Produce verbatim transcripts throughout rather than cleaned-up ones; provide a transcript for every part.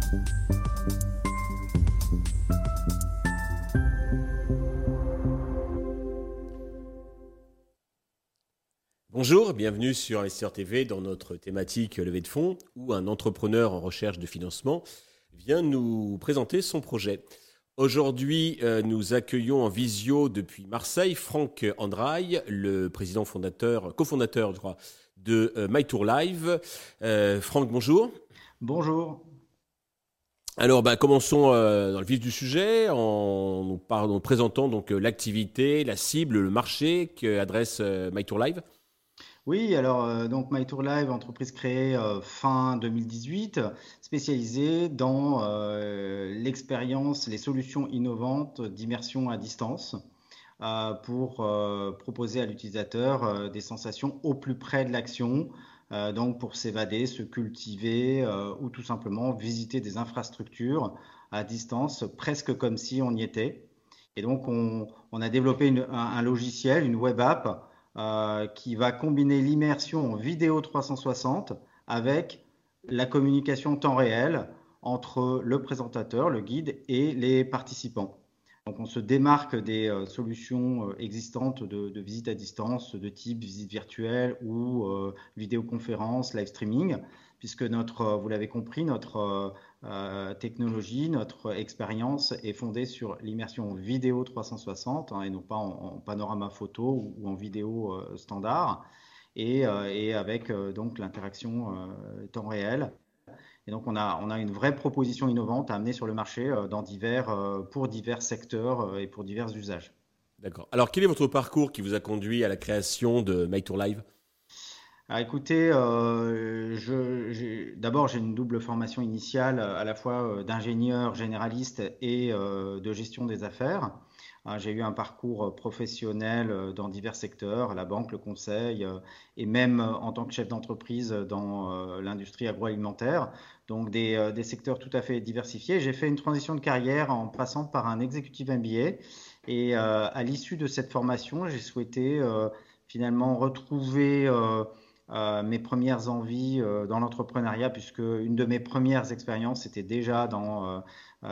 Bonjour, bienvenue sur Investisseur T V dans notre thématique levée de fonds où un entrepreneur en recherche de financement vient nous présenter son projet. Aujourd'hui, euh, nous accueillons en visio depuis Marseille Franck Andraille, le président fondateur, cofondateur je crois, de euh, MyTourLive. Euh, Franck, bonjour. Bonjour. Alors, bah, commençons euh, dans le vif du sujet en nous, par, en présentant donc euh, l'activité, la cible, le marché qu'adresse euh, MyTourLive. Oui, alors euh, donc MyTourLive, entreprise créée euh, fin deux mille dix-huit, spécialisée dans euh, l'expérience, les solutions innovantes d'immersion à distance euh, pour euh, proposer à l'utilisateur euh, des sensations au plus près de l'action, euh, donc pour s'évader, se cultiver euh, ou tout simplement visiter des infrastructures à distance, presque comme si on y était. Et donc on, on a développé une- un, un logiciel, une web app euh, qui va combiner l'immersion en vidéo trois cent soixante avec la communication en temps réel entre le présentateur, le guide et les participants. Donc on se démarque des euh, solutions euh, existantes de, de visite à distance de type visite virtuelle ou euh, vidéoconférence, live streaming, puisque notre, euh, vous l'avez compris, notre euh, euh, technologie, notre expérience est fondée sur l'immersion en vidéo trois cent soixante hein, et non pas en, en panorama photo ou, ou en vidéo euh, standard, et, euh, et avec euh, donc l'interaction euh, temps réel. Et donc on a, on a une vraie proposition innovante à amener sur le marché euh, dans divers, euh, pour divers secteurs euh, et pour divers usages. D'accord. Alors, quel est votre parcours qui vous a conduit à la création de MyTourLive ? Ah, écoutez, euh, je, j'ai- d'abord j'ai une double formation initiale à la fois euh, d'ingénieur généraliste et euh, de gestion des affaires. Ah, j'ai eu un parcours professionnel euh, dans divers secteurs, la banque, le conseil euh, et même euh, en tant que chef d'entreprise dans euh, l'industrie agroalimentaire. Donc des, euh, des secteurs tout à fait diversifiés. J'ai fait une transition de carrière en passant par un executive M B A et euh, à l'issue de cette formation, j'ai souhaité euh, finalement retrouver euh, euh, mes premières envies euh, dans l'entrepreneuriat, puisque une de mes premières expériences c'était déjà dans, euh,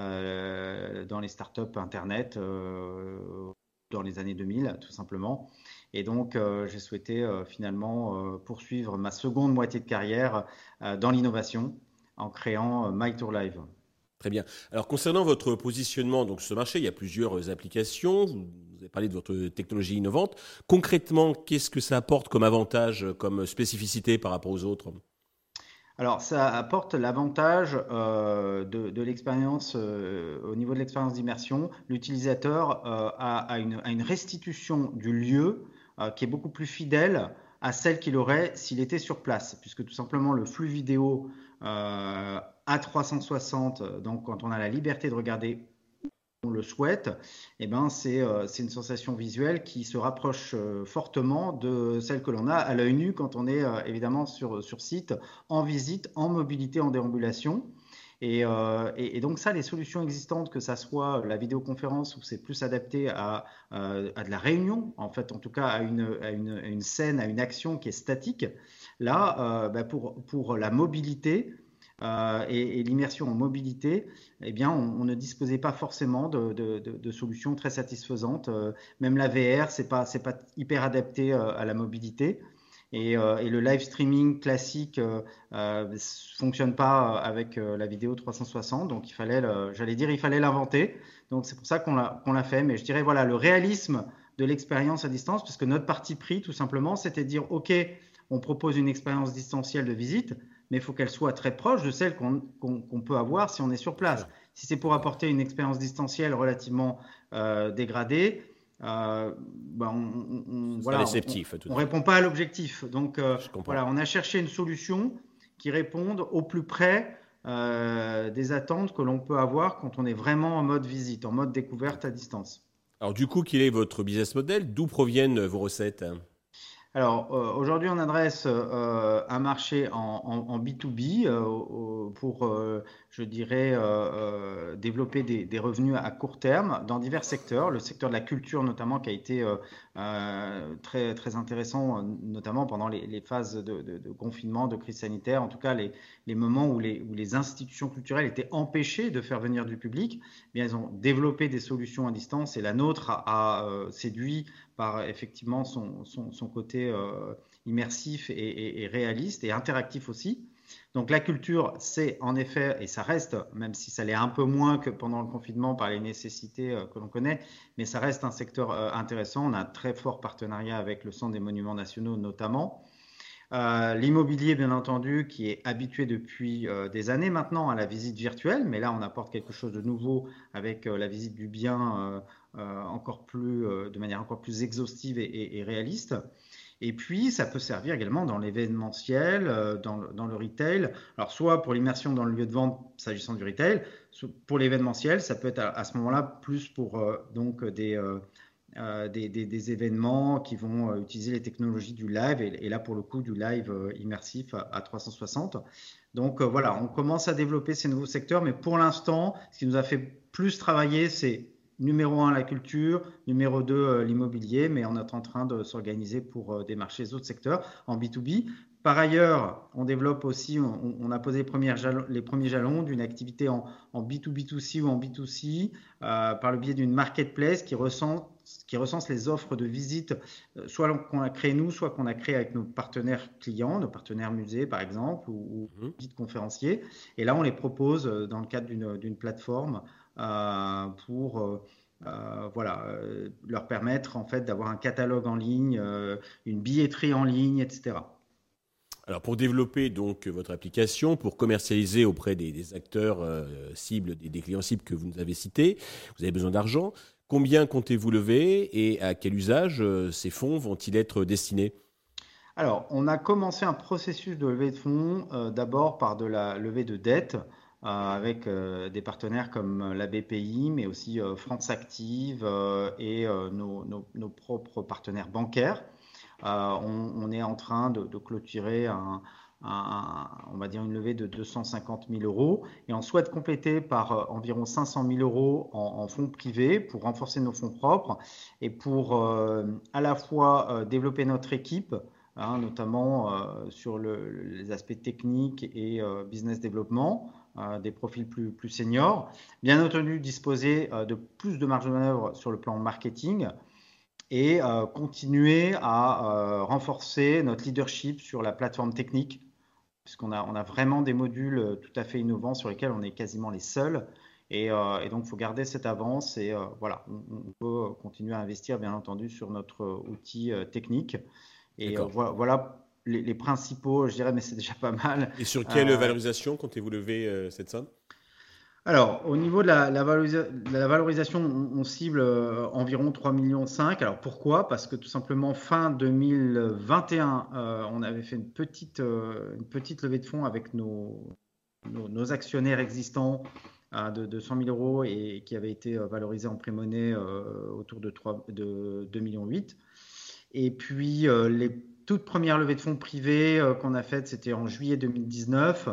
euh, dans les startups Internet euh, dans les années deux mille, tout simplement. Et donc, euh, j'ai souhaité euh, finalement euh, poursuivre ma seconde moitié de carrière euh, dans l'innovation en créant euh, MyTourLive. Très bien. Alors, concernant votre positionnement donc, sur ce marché, il y a plusieurs applications. Vous vous avez parlé de votre technologie innovante. Concrètement, qu'est-ce que ça apporte comme avantage, comme spécificité par rapport aux autres ? Alors, ça apporte l'avantage euh, de, de l'expérience, euh, au niveau de l'expérience d'immersion, l'utilisateur euh, a, a une, a une restitution du lieu euh, qui est beaucoup plus fidèle à celle qu'il aurait s'il était sur place, puisque tout simplement le flux vidéo euh, à trois cent soixante, donc quand on a la liberté de regarder on le souhaite, eh ben c'est euh, c'est une sensation visuelle qui se rapproche euh, fortement de celle que l'on a à l'œil nu quand on est euh, évidemment sur, sur site, en visite, en mobilité, en déambulation. Et, euh, et, et donc ça, les solutions existantes, que ça soit la vidéoconférence où c'est plus adapté à, euh, à de la réunion, en fait, en tout cas à une, à une, à une scène, à une action qui est statique, là, euh, bah pour, pour la mobilité, euh, et, et l'immersion en mobilité, eh bien, on, on ne disposait pas forcément de, de, de, de solutions très satisfaisantes. Euh, même la V R, c'est pas, c'est pas hyper adapté euh, à la mobilité. Et, euh, et le live streaming classique euh, euh, fonctionne pas avec euh, la vidéo trois cent soixante. Donc, il fallait, le- j'allais dire, il fallait l'inventer. Donc, c'est pour ça qu'on l'a, qu'on l'a fait. Mais je dirais, voilà, le réalisme de l'expérience à distance, parce que notre parti pris, tout simplement, c'était de dire, OK, on propose une expérience distancielle de visite, mais il faut qu'elle soit très proche de celle qu'on qu'on- qu'on peut avoir si on est sur Bien sûr. place. Si c'est pour D'accord. apporter une expérience distancielle relativement euh, dégradée, euh, ben on, on- Ce on- sera voilà, on, réceptif tout on de suite. répond pas à l'objectif. Donc euh, Je comprends. voilà, on a cherché une solution qui réponde au plus près euh, des attentes que l'on peut avoir quand on est vraiment en mode visite, en mode découverte à D'accord. distance. Alors, du coup, quel est votre business model ? D'où proviennent vos recettes ? Alors, euh, aujourd'hui, on adresse euh, un marché en, en- en B deux B euh, au- pour, euh, je dirais, euh, euh, développer des, des revenus à court terme dans divers secteurs. Le secteur de la culture, notamment, qui a été euh, euh, très, très intéressant, euh, notamment pendant les, les phases de, de- de confinement, de crise sanitaire, en tout cas, les, les moments où les, où les institutions culturelles étaient empêchées de faire venir du public. Eh bien, elles ont développé des solutions à distance et la nôtre a, a, euh, séduit par effectivement son, son, son côté euh, immersif et, et, et, réaliste et interactif aussi. Donc la culture, c'est en effet, et ça reste, même si ça l'est un peu moins que pendant le confinement par les nécessités euh, que l'on connaît, mais ça reste un secteur euh, intéressant. On a un très fort partenariat avec le Centre des Monuments Nationaux notamment. Euh, L'immobilier, bien entendu, qui est habitué depuis euh, des années maintenant à la visite virtuelle, mais là, on apporte quelque chose de nouveau avec euh, la visite du bien euh, euh, encore plus, euh, de manière encore plus exhaustive et, et, et réaliste. Et puis, ça peut servir également dans l'événementiel, euh, dans, le, dans le retail. Alors, soit pour l'immersion dans le lieu de vente, s'agissant du retail, pour l'événementiel, ça peut être à, à ce moment-là plus pour euh, donc des, euh, euh, des, des, des, événements qui vont euh, utiliser les technologies du live et, et, là pour le coup du live euh, immersif à, à trois cent soixante. Donc euh, voilà, on commence à développer ces nouveaux secteurs, mais pour l'instant, ce qui nous a fait plus travailler, c'est numéro un la culture, numéro deux euh, l'immobilier, mais on est en train de s'organiser pour euh, démarcher les autres secteurs en B deux B. Par ailleurs, on développe aussi, on, on a posé les, premières jalons, les premiers jalons d'une activité en, en B deux B deux C ou en B deux C euh, par le biais d'une marketplace qui recense, qui recense les offres de visite, euh, soit qu'on a créé nous, soit qu'on a créé avec nos partenaires clients, nos partenaires musées par exemple, ou, ou Mhm. guides conférenciers. Et là, on les propose euh, dans le cadre d'une, d'une plateforme euh, pour euh, euh, voilà, euh, leur permettre en fait d'avoir un catalogue en ligne, euh, une billetterie en ligne, et cetera. Alors pour développer donc votre application, pour commercialiser auprès des, des acteurs euh, cibles, des, des clients cibles que vous nous avez cités, vous avez besoin d'argent. Combien comptez-vous lever et à quel usage euh, ces fonds vont-ils être destinés? Alors, on a commencé un processus de levée de fonds, euh, d'abord par de la levée de dette, euh, avec euh, des partenaires comme la B P I, mais aussi euh, France Active euh, et euh, nos, nos- nos propres partenaires bancaires. Euh, on, on est en train de, de clôturer un, un- on va dire une levée de deux cent cinquante mille euros et on souhaite compléter par euh, environ cinq cent mille euros en, en fonds privés pour renforcer nos fonds propres et pour euh, à la fois euh, développer notre équipe, hein, notamment euh, sur le- les aspects techniques et euh, business développement, euh, des profils plus, plus seniors. Bien entendu, disposer euh, de plus de marge de manœuvre sur le plan marketing et euh, continuer à euh, renforcer notre leadership sur la plateforme technique, puisqu'on a, on a vraiment des modules euh, tout à fait innovants sur lesquels on est quasiment les seuls. Et, euh, et donc, il faut garder cette avance et euh, voilà, on, on peut continuer à investir, bien entendu, sur notre euh, outil euh, technique. Et euh, D'accord. voilà, voilà les, les principaux, je dirais, mais c'est déjà pas mal. Et sur quelle Euh, valorisation comptez-vous lever euh, cette somme? Alors, au niveau de la, la valorisa- de la valorisation, on, on cible euh, environ trois virgule cinq millions. Alors pourquoi? Parce que tout simplement, fin deux mille vingt et un, euh, on avait fait une petite, euh, une petite levée de fonds avec nos, nos, nos actionnaires existants euh, de, de cent mille euros et qui avait été euh, valorisé en pré-monnaie euh, autour de, trois de deux virgule huit millions. Et puis, euh, les toutes premières levées de fonds privées euh, qu'on a faites, c'était en juillet deux mille dix-neuf,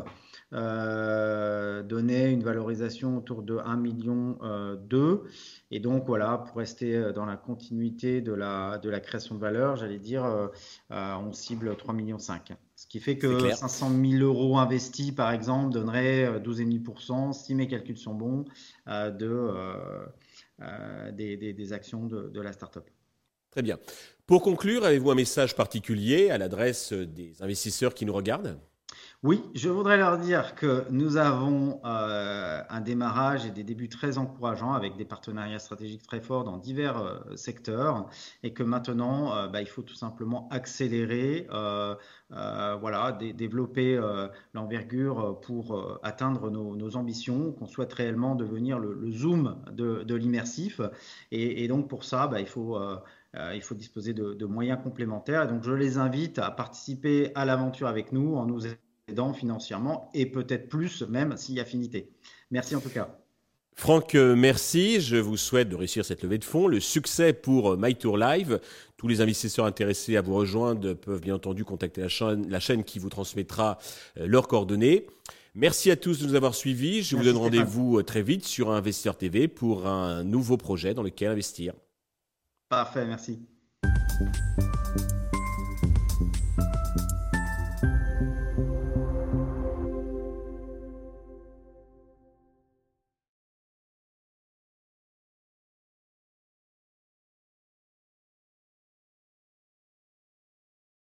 euh, donnaient une valorisation autour de un million deux. Et donc, voilà, pour rester euh, dans la continuité de la, de la création de valeur, j'allais dire, euh, euh, on cible trois millions cinq. Ce qui fait C'est que clair. cinq cent mille euros investis, par exemple, donnerait euh, douze virgule cinq pour cent, si mes calculs sont bons, euh, de, euh, euh, des, des, des actions de, de la startup. Très bien. Pour conclure, avez-vous un message particulier à l'adresse des investisseurs qui nous regardent? Oui, je voudrais leur dire que nous avons euh, un démarrage et des débuts très encourageants avec des partenariats stratégiques très forts dans divers euh, secteurs et que maintenant, euh, bah, il faut tout simplement accélérer, euh, euh, voilà, dé- développer euh, l'envergure pour euh, atteindre nos, nos ambitions, qu'on souhaite réellement devenir le, le Zoom de, de l'immersif. Et, et donc pour ça, bah, il faut euh, euh, il faut disposer de, de moyens complémentaires. Et donc, je les invite à participer à l'aventure avec nous en nous aidant financièrement et peut-être plus même s'il y a affinité. Merci en tout cas. Franck, merci. Je vous souhaite de réussir cette levée de fonds. Le succès pour MyTour Live. Tous les investisseurs intéressés à vous rejoindre peuvent bien entendu contacter la chaîne, la chaîne qui vous transmettra leurs coordonnées. Merci à tous de nous avoir suivis. Je Merci vous donne rendez-vous très vite sur Investisseur T V pour un nouveau projet dans lequel investir. Parfait, merci.